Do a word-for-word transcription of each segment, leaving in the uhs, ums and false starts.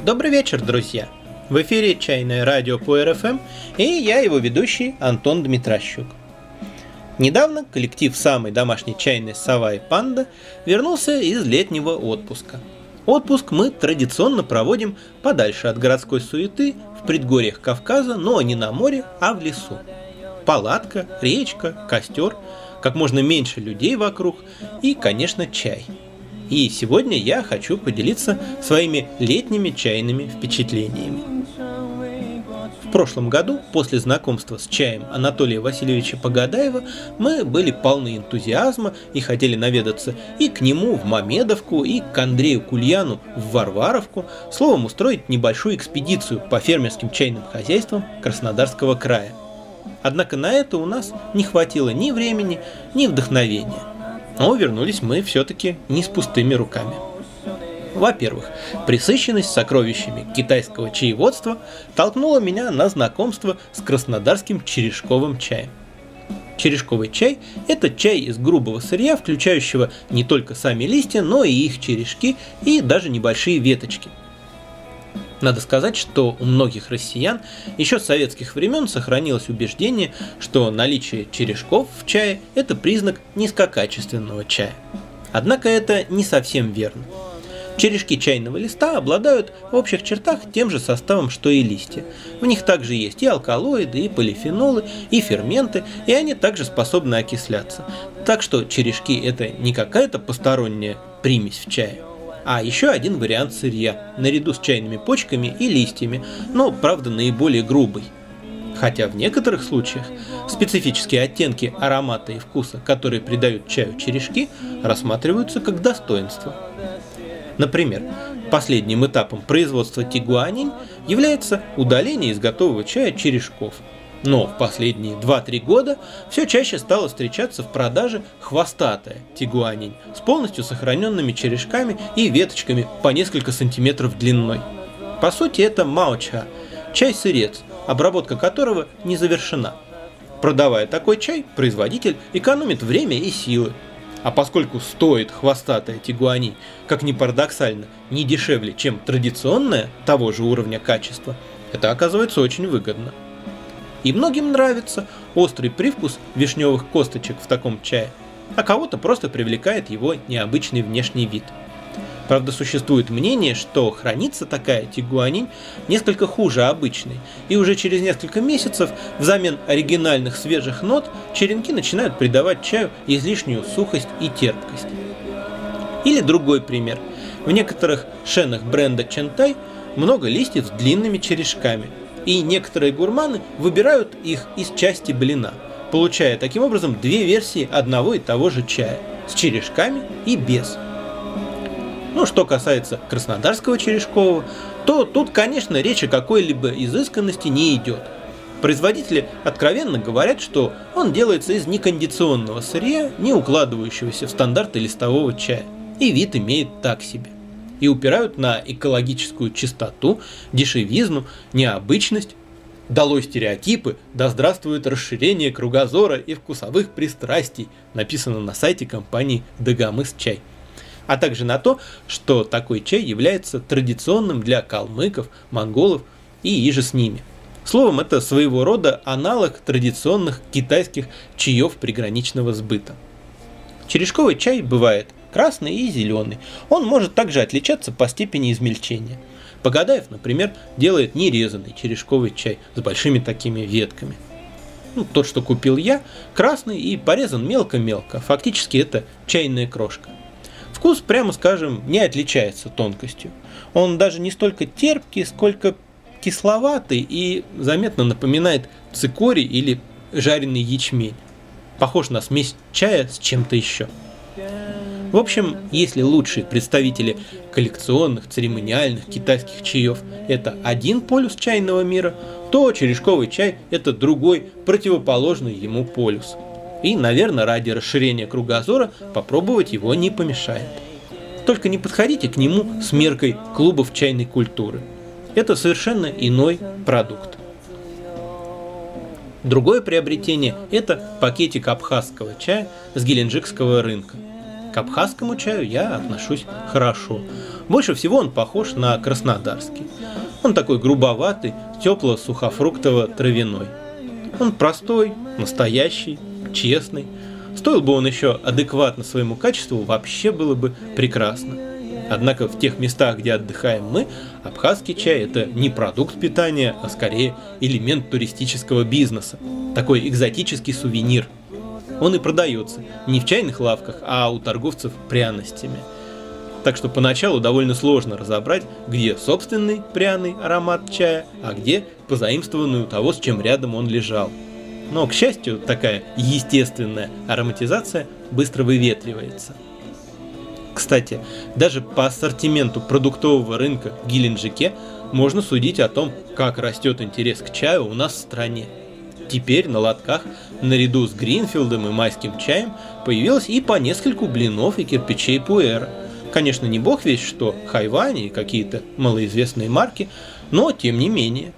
Добрый вечер, друзья! В эфире Чайное радио по эр эф эм, и я его ведущий Антон Дмитрощук. Недавно коллектив самой домашней чайной «Сова и Панда» вернулся из летнего отпуска. Отпуск мы традиционно проводим подальше от городской суеты, в предгорьях Кавказа, но не на море, а в лесу. Палатка, речка, костер, как можно меньше людей вокруг и, конечно, чай. И сегодня я хочу поделиться своими летними чайными впечатлениями. В прошлом году, после знакомства с чаем Анатолия Васильевича Погадаева, мы были полны энтузиазма и хотели наведаться и к нему в Мамедовку, и к Андрею Кульяну в Варваровку, словом, устроить небольшую экспедицию по фермерским чайным хозяйствам Краснодарского края. Однако на это у нас не хватило ни времени, ни вдохновения. Но вернулись мы все-таки не с пустыми руками. Во-первых, пресыщенность сокровищами китайского чаеводства толкнула меня на знакомство с краснодарским черешковым чаем. Черешковый чай – это чай из грубого сырья, включающего не только сами листья, но и их черешки и даже небольшие веточки. Надо сказать, что у многих россиян еще с советских времен сохранилось убеждение, что наличие черешков в чае – это признак низкокачественного чая. Однако это не совсем верно. Черешки чайного листа обладают в общих чертах тем же составом, что и листья. В них также есть и алкалоиды, и полифенолы, и ферменты, и они также способны окисляться. Так что черешки – это не какая-то посторонняя примесь в чае, а еще один вариант сырья, наряду с чайными почками и листьями, но, правда, наиболее грубый. Хотя в некоторых случаях специфические оттенки аромата и вкуса, которые придают чаю черешки, рассматриваются как достоинство. Например, последним этапом производства тигуанин является удаление из готового чая черешков. Но в последние два-три года все чаще стало встречаться в продаже хвостатая тигуанин с полностью сохраненными черешками и веточками по несколько сантиметров длиной. По сути, это маоча, чай-сырец, обработка которого не завершена. Продавая такой чай, производитель экономит время и силы. А поскольку стоит хвостатая тигуанин, как ни парадоксально, не дешевле, чем традиционная того же уровня качества, это оказывается очень выгодно. И многим нравится острый привкус вишневых косточек в таком чае, а кого-то просто привлекает его необычный внешний вид. Правда, существует мнение, что хранится такая тигуанин несколько хуже обычной, и уже через несколько месяцев взамен оригинальных свежих нот черенки начинают придавать чаю излишнюю сухость и терпкость. Или другой пример. В некоторых шенах бренда Чэнтай много листьев с длинными черешками, и некоторые гурманы выбирают их из части блина, получая таким образом две версии одного и того же чая – с черешками и без. Ну, что касается краснодарского черешкового, то тут, конечно, речь о какой-либо изысканности не идет. Производители откровенно говорят, что он делается из некондиционного сырья, не укладывающегося в стандарты листового чая, и вид имеет так себе. И упирают на экологическую чистоту, дешевизну, необычность. Долой стереотипы, да здравствует расширение кругозора и вкусовых пристрастий, написано на сайте компании Дагомыс Чай. А также на то, что такой чай является традиционным для калмыков, монголов и иже с ними. Словом, это своего рода аналог традиционных китайских чаев приграничного сбыта. Черешковый чай бывает красный и зеленый. Он может также отличаться по степени измельчения. Погадаев, например, делает нерезанный черешковый чай с большими такими ветками. Ну, тот, что купил я, красный и порезан мелко-мелко. Фактически это чайная крошка. Вкус, прямо скажем, не отличается тонкостью. Он даже не столько терпкий, сколько кисловатый и заметно напоминает цикорий или жареный ячмень. Похож на смесь чая с чем-то еще. В общем, если лучшие представители коллекционных, церемониальных китайских чаев – это один полюс чайного мира, то черешковый чай – это другой, противоположный ему полюс. И, наверное, ради расширения кругозора попробовать его не помешает. Только не подходите к нему с меркой клубов чайной культуры. Это совершенно иной продукт. Другое приобретение – это пакетик абхазского чая с геленджикского рынка. К абхазскому чаю я отношусь хорошо. Больше всего он похож на краснодарский. Он такой грубоватый, тепло-сухофруктово-травяной. Он простой, настоящий, честный. Стоил бы он еще адекватно своему качеству, вообще было бы прекрасно. Однако в тех местах, где отдыхаем мы, абхазский чай – это не продукт питания, а скорее элемент туристического бизнеса. Такой экзотический сувенир. Он и продается не в чайных лавках, а у торговцев пряностями. Так что поначалу довольно сложно разобрать, где собственный пряный аромат чая, а где позаимствованный у того, с чем рядом он лежал. Но, к счастью, такая естественная ароматизация быстро выветривается. Кстати, даже по ассортименту продуктового рынка в Геленджике можно судить о том, как растет интерес к чаю у нас в стране. Теперь на лотках наряду с Гринфилдом и майским чаем появилось и по нескольку блинов и кирпичей пуэра. Конечно, не бог весть что, хайвани и какие-то малоизвестные марки, но тем не менее.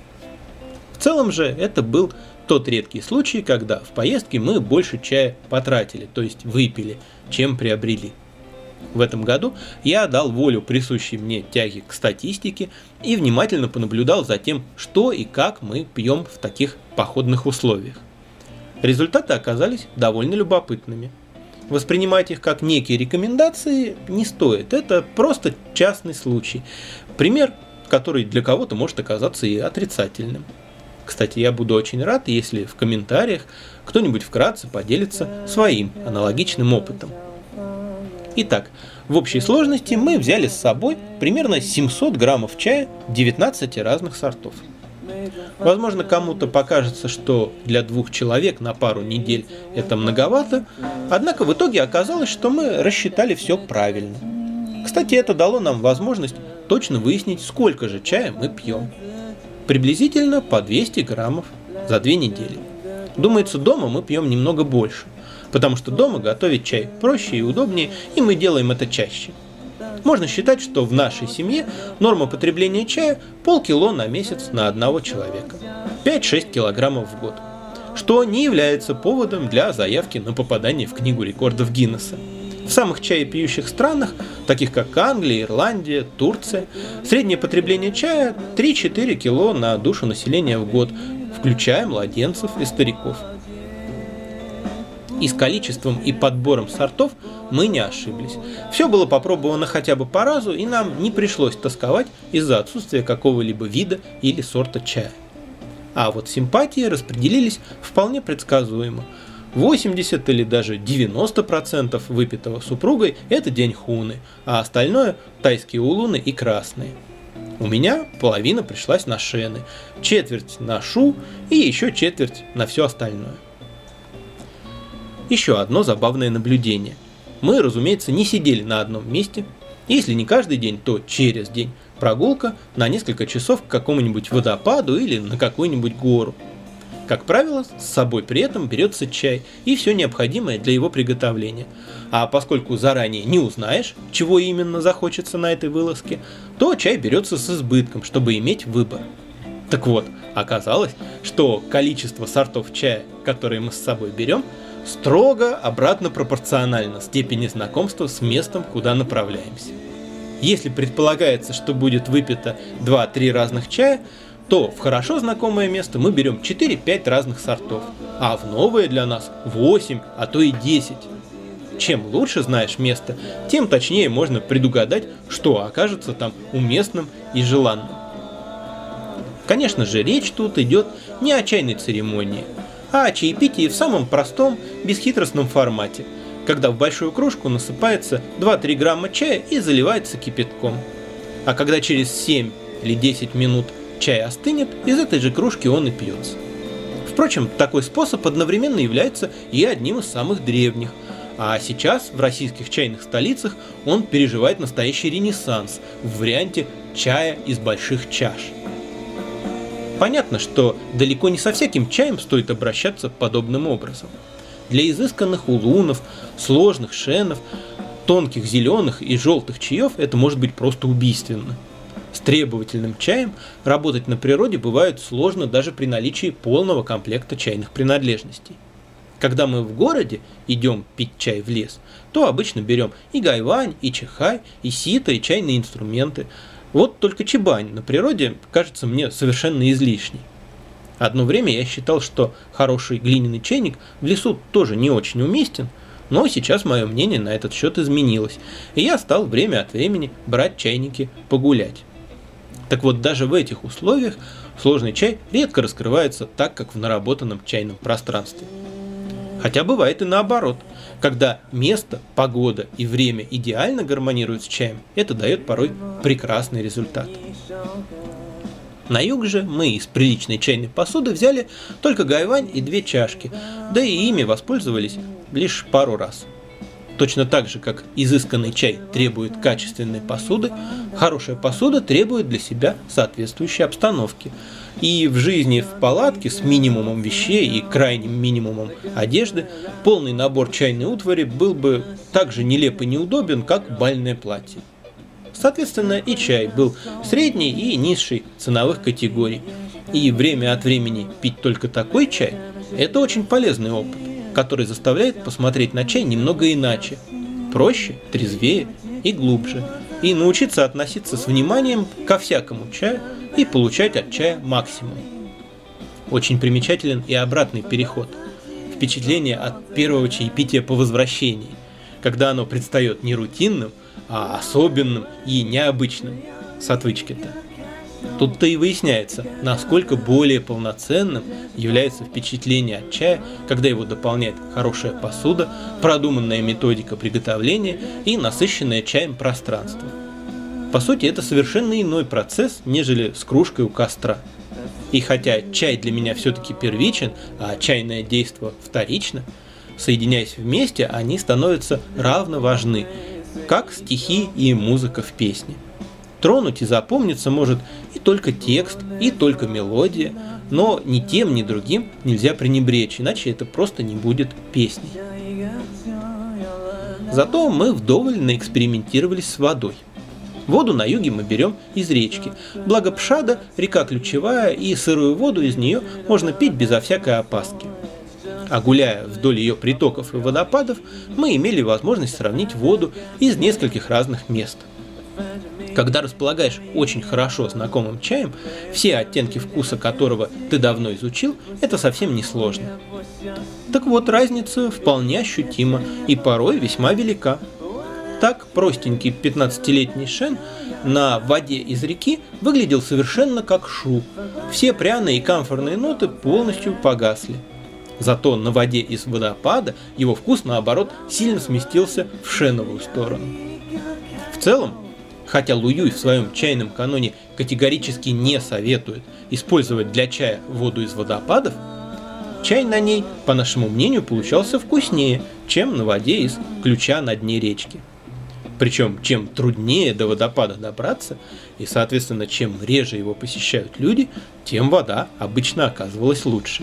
В целом же это был тот редкий случай, когда в поездке мы больше чая потратили, то есть выпили, чем приобрели. В этом году я дал волю присущей мне тяге к статистике и внимательно понаблюдал за тем, что и как мы пьем в таких походных условиях. Результаты оказались довольно любопытными. Воспринимать их как некие рекомендации не стоит, это просто частный случай. Пример, который для кого-то может оказаться и отрицательным. Кстати, я буду очень рад, если в комментариях кто-нибудь вкратце поделится своим аналогичным опытом. Итак, в общей сложности мы взяли с собой примерно семьсот граммов чая девятнадцати разных сортов. Возможно, кому-то покажется, что для двух человек на пару недель это многовато, однако в итоге оказалось, что мы рассчитали все правильно. Кстати, это дало нам возможность точно выяснить, сколько же чая мы пьем. Приблизительно по двести граммов за две недели. Думается, дома мы пьем немного больше, потому что дома готовить чай проще и удобнее, и мы делаем это чаще. Можно считать, что в нашей семье норма потребления чая полкило на месяц на одного человека, пять-шесть килограммов в год, что не является поводом для заявки на попадание в Книгу рекордов Гиннесса. В самых чаепьющих странах, таких как Англия, Ирландия, Турция, среднее потребление чая три-четыре кило на душу населения в год, включая младенцев и стариков. И с количеством и подбором сортов мы не ошиблись. Все было попробовано хотя бы по разу, и нам не пришлось тосковать из-за отсутствия какого-либо вида или сорта чая. А вот симпатии распределились вполне предсказуемо. восемьдесят или даже девяносто процентов выпитого супругой – это день хуны, а остальное – тайские улуны и красные. У меня половина пришлась на шены, четверть на шу и еще четверть на все остальное. Еще одно забавное наблюдение. Мы, разумеется, не сидели на одном месте. Если не каждый день, то через день. Прогулка на несколько часов к какому-нибудь водопаду или на какую-нибудь гору. Как правило, с собой при этом берется чай и все необходимое для его приготовления. А поскольку заранее не узнаешь, чего именно захочется на этой вылазке, то чай берется с избытком, чтобы иметь выбор. Так вот, оказалось, что количество сортов чая, которые мы с собой берем, строго обратно пропорционально степени знакомства с местом, куда направляемся. Если предполагается, что будет выпито два-три разных чая, то в хорошо знакомое место мы берем четыре-пять разных сортов, а в новое для нас восемь, а то и десять. Чем лучше знаешь место, тем точнее можно предугадать, что окажется там уместным и желанным. Конечно же, речь тут идет не о чайной церемонии, а о чаепитии в самом простом, бесхитростном формате, когда в большую кружку насыпается два-три грамма чая и заливается кипятком. А когда через семь или десять минут чай остынет, из этой же кружки он и пьется. Впрочем, такой способ одновременно является и одним из самых древних, а сейчас в российских чайных столицах он переживает настоящий ренессанс в варианте чая из больших чаш. Понятно, что далеко не со всяким чаем стоит обращаться подобным образом. Для изысканных улунов, сложных шенов, тонких зеленых и желтых чаев это может быть просто убийственно. С требовательным чаем работать на природе бывает сложно даже при наличии полного комплекта чайных принадлежностей. Когда мы в городе идем пить чай в лес, то обычно берем и гайвань, и чихай, и сито, и чайные инструменты. Вот только чебань на природе кажется мне совершенно излишней. Одно время я считал, что хороший глиняный чайник в лесу тоже не очень уместен, но сейчас мое мнение на этот счет изменилось, и я стал время от времени брать чайники погулять. Так вот, даже в этих условиях сложный чай редко раскрывается так, как в наработанном чайном пространстве. Хотя бывает и наоборот. Когда место, погода и время идеально гармонируют с чаем, это дает порой прекрасный результат. На юг же мы из приличной чайной посуды взяли только гайвань и две чашки, да и ими воспользовались лишь пару раз. Точно так же, как изысканный чай требует качественной посуды, хорошая посуда требует для себя соответствующей обстановки. И в жизни в палатке с минимумом вещей и крайним минимумом одежды полный набор чайной утвари был бы так же нелеп и неудобен, как бальное платье. Соответственно, и чай был средней и низшей ценовых категорий. И время от времени пить только такой чай – это очень полезный опыт, который заставляет посмотреть на чай немного иначе, проще, трезвее и глубже, и научиться относиться с вниманием ко всякому чаю и получать от чая максимум. Очень примечателен и обратный переход. Впечатление от первого чаепития по возвращении, когда оно предстает не рутинным, а особенным и необычным, с отвычки-то. Тут-то и выясняется, насколько более полноценным является впечатление от чая, когда его дополняет хорошая посуда, продуманная методика приготовления и насыщенное чаем пространство. По сути, это совершенно иной процесс, нежели с кружкой у костра. И хотя чай для меня все-таки первичен, а чайное действо вторично, соединяясь вместе, они становятся равно важны, как стихи и музыка в песне. Тронуть и запомниться может и только текст, и только мелодия, но ни тем, ни другим нельзя пренебречь, иначе это просто не будет песней. Зато мы вдоволь наэкспериментировались с водой. Воду на юге мы берем из речки, благо Пшада – река ключевая, и сырую воду из нее можно пить безо всякой опаски. А гуляя вдоль ее притоков и водопадов, мы имели возможность сравнить воду из нескольких разных мест. Когда располагаешь очень хорошо знакомым чаем, все оттенки вкуса которого ты давно изучил, это совсем не сложно. Так вот, разница вполне ощутима и порой весьма велика. Так простенький пятнадцатилетний шен на воде из реки выглядел совершенно как шу. Все пряные и камфорные ноты полностью погасли. Зато на воде из водопада его вкус, наоборот, сильно сместился в шеновую сторону. В целом, хотя Луюй в своем чайном каноне категорически не советует использовать для чая воду из водопадов, чай на ней, по нашему мнению, получался вкуснее, чем на воде из ключа на дне речки. Причем, чем труднее до водопада добраться, и, соответственно, чем реже его посещают люди, тем вода обычно оказывалась лучше.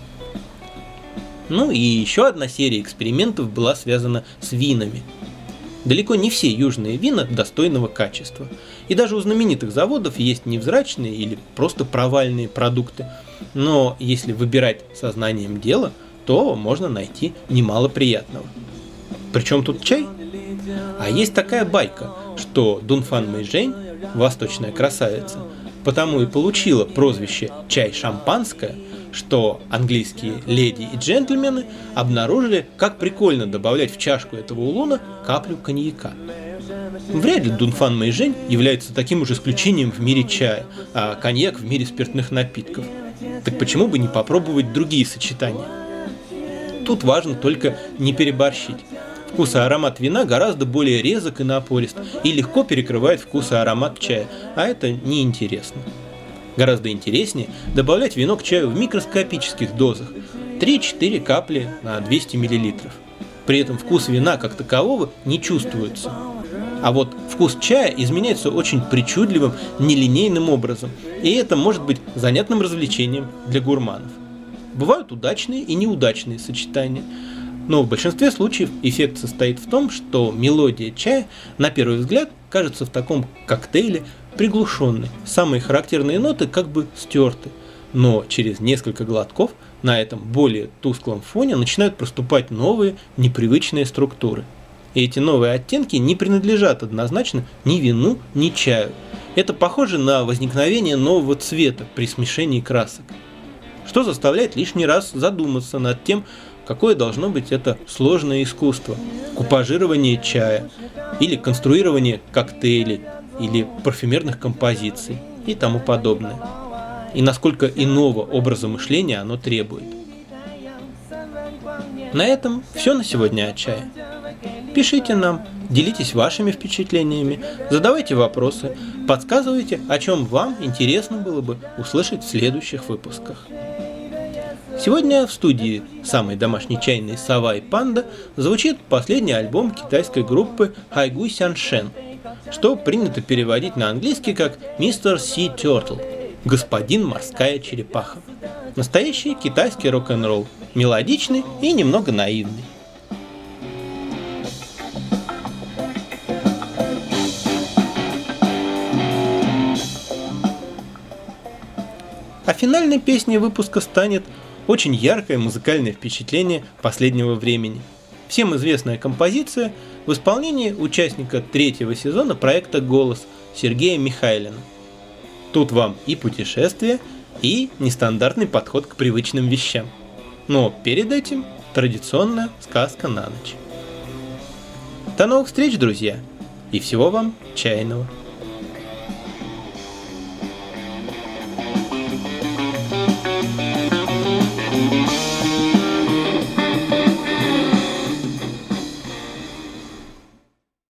Ну и еще одна серия экспериментов была связана с винами. Далеко не все южные вина достойного качества. И даже у знаменитых заводов есть невзрачные или просто провальные продукты. Но если выбирать сознанием дела, то можно найти немало приятного. Причем тут чай? А есть такая байка, что Дунфан Мэйжэнь, восточная красавица, потому и получила прозвище «чай-шампанское», что английские леди и джентльмены обнаружили, как прикольно добавлять в чашку этого улуна каплю коньяка. Вряд ли Дунфан Мэйжэнь является таким уж исключением в мире чая, а коньяк в мире спиртных напитков. Так почему бы не попробовать другие сочетания? Тут важно только не переборщить. Вкус и аромат вина гораздо более резок и напорист, и легко перекрывает вкус и аромат чая, а это неинтересно. Гораздо интереснее добавлять вино к чаю в микроскопических дозах – три-четыре капли на двести миллилитров. При этом вкус вина как такового не чувствуется. А вот вкус чая изменяется очень причудливым, нелинейным образом, и это может быть занятным развлечением для гурманов. Бывают удачные и неудачные сочетания, но в большинстве случаев эффект состоит в том, что мелодия чая, на первый взгляд, кажется в таком коктейле приглушенной. Самые характерные ноты как бы стерты. но через несколько глотков на этом более тусклом фоне начинают проступать новые непривычные структуры. И эти новые оттенки не принадлежат однозначно ни вину, ни чаю. Это похоже на возникновение нового цвета при смешении красок, что заставляет лишний раз задуматься над тем, какое должно быть это сложное искусство – купажирование чая, или конструирование коктейлей, или парфюмерных композиций и тому подобное. И насколько иного образа мышления оно требует. На этом все на сегодня о чае. Пишите нам, делитесь вашими впечатлениями, задавайте вопросы, подсказывайте, о чем вам интересно было бы услышать в следующих выпусках. Сегодня в студии самой домашней чайной «Сова и панда» звучит последний альбом китайской группы Хайгуй Сяншэн, что принято переводить на английский как «мистер Sea Turtle» – «Господин морская черепаха». Настоящий китайский рок-н-ролл, мелодичный и немного наивный. А финальной песней выпуска станет очень яркое музыкальное впечатление последнего времени. Всем известная композиция в исполнении участника третьего сезона проекта «Голос» Сергея Михайлина. Тут вам и путешествие, и нестандартный подход к привычным вещам. Но перед этим традиционная сказка на ночь. До новых встреч, друзья, и всего вам чайного.